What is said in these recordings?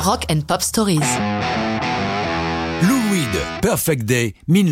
Rock and Pop Stories. Lou Reed, Perfect Day,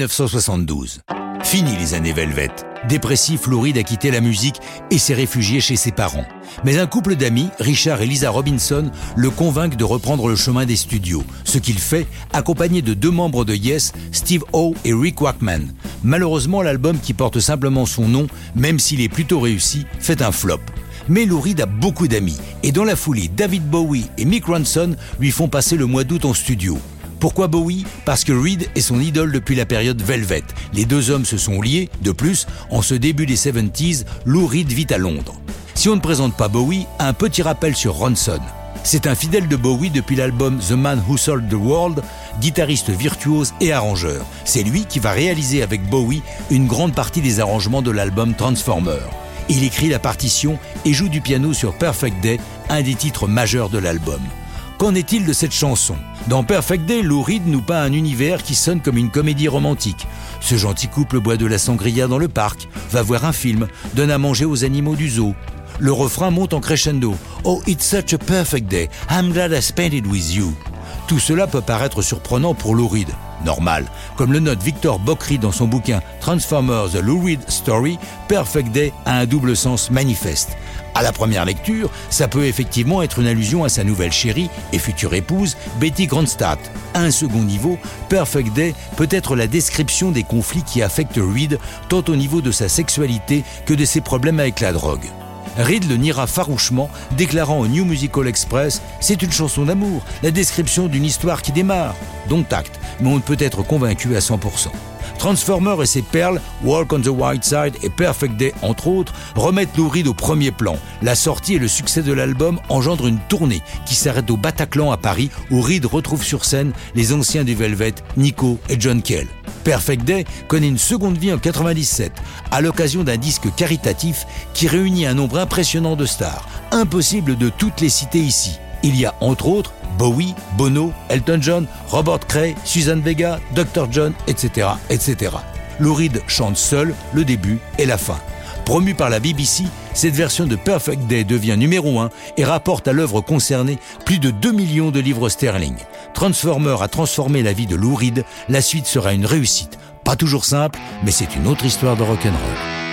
1972. Fini les années Velvet. Dépressif, Lou Reed a quitté la musique et s'est réfugié chez ses parents. Mais un couple d'amis, Richard et Lisa Robinson, le convainquent de reprendre le chemin des studios. Ce qu'il fait, accompagné de 2 membres de Yes, Steve Howe et Rick Wakeman. Malheureusement, l'album qui porte simplement son nom, même s'il est plutôt réussi, fait un flop. Mais Lou Reed a beaucoup d'amis et dans la foulée, David Bowie et Mick Ronson lui font passer le mois d'août en studio. Pourquoi Bowie ? Parce que Reed est son idole depuis la période Velvet. Les 2 hommes se sont liés. De plus, en ce début des 70s, Lou Reed vit à Londres. Si on ne présente pas Bowie, un petit rappel sur Ronson. C'est un fidèle de Bowie depuis l'album The Man Who Sold the World, guitariste virtuose et arrangeur. C'est lui qui va réaliser avec Bowie une grande partie des arrangements de l'album Transformer. Il écrit la partition et joue du piano sur Perfect Day, un des titres majeurs de l'album. Qu'en est-il de cette chanson ? Dans Perfect Day, Lou Reed nous peint un univers qui sonne comme une comédie romantique. Ce gentil couple boit de la sangria dans le parc, va voir un film, donne à manger aux animaux du zoo. Le refrain monte en crescendo. « Oh, it's such a perfect day, I'm glad I spent it with you ». Tout cela peut paraître surprenant pour Lou Reed. Normal. Comme le note Victor Bockry dans son bouquin Transformers The Lou Reed Story, Perfect Day a un double sens manifeste. À la première lecture, ça peut effectivement être une allusion à sa nouvelle chérie et future épouse, Betty Grandstadt. À un second niveau, Perfect Day peut être la description des conflits qui affectent Reed, tant au niveau de sa sexualité que de ses problèmes avec la drogue. Reed le niera farouchement, déclarant au New Musical Express « C'est une chanson d'amour, la description d'une histoire qui démarre ». Donc tact, mais on ne peut être convaincu à 100%. Transformer et ses perles, Walk on the White Side et Perfect Day entre autres, remettent Lou Reed au premier plan. La sortie et le succès de l'album engendrent une tournée qui s'arrête au Bataclan à Paris où Reed retrouve sur scène les anciens des Velvet, Nico et John Cale. Perfect Day connaît une seconde vie en 97 à l'occasion d'un disque caritatif qui réunit un nombre impressionnant de stars. Impossible de toutes les citer ici. Il y a entre autres Bowie, Bono, Elton John, Robert Cray, Suzanne Vega, Dr. John, etc., etc. Lou Reed chante seul le début et la fin. Promu par la BBC, cette version de Perfect Day devient numéro 1 et rapporte à l'œuvre concernée plus de 2 millions de livres sterling. Transformer a transformé la vie de Lou Reed, la suite sera une réussite. Pas toujours simple, mais c'est une autre histoire de rock'n'roll.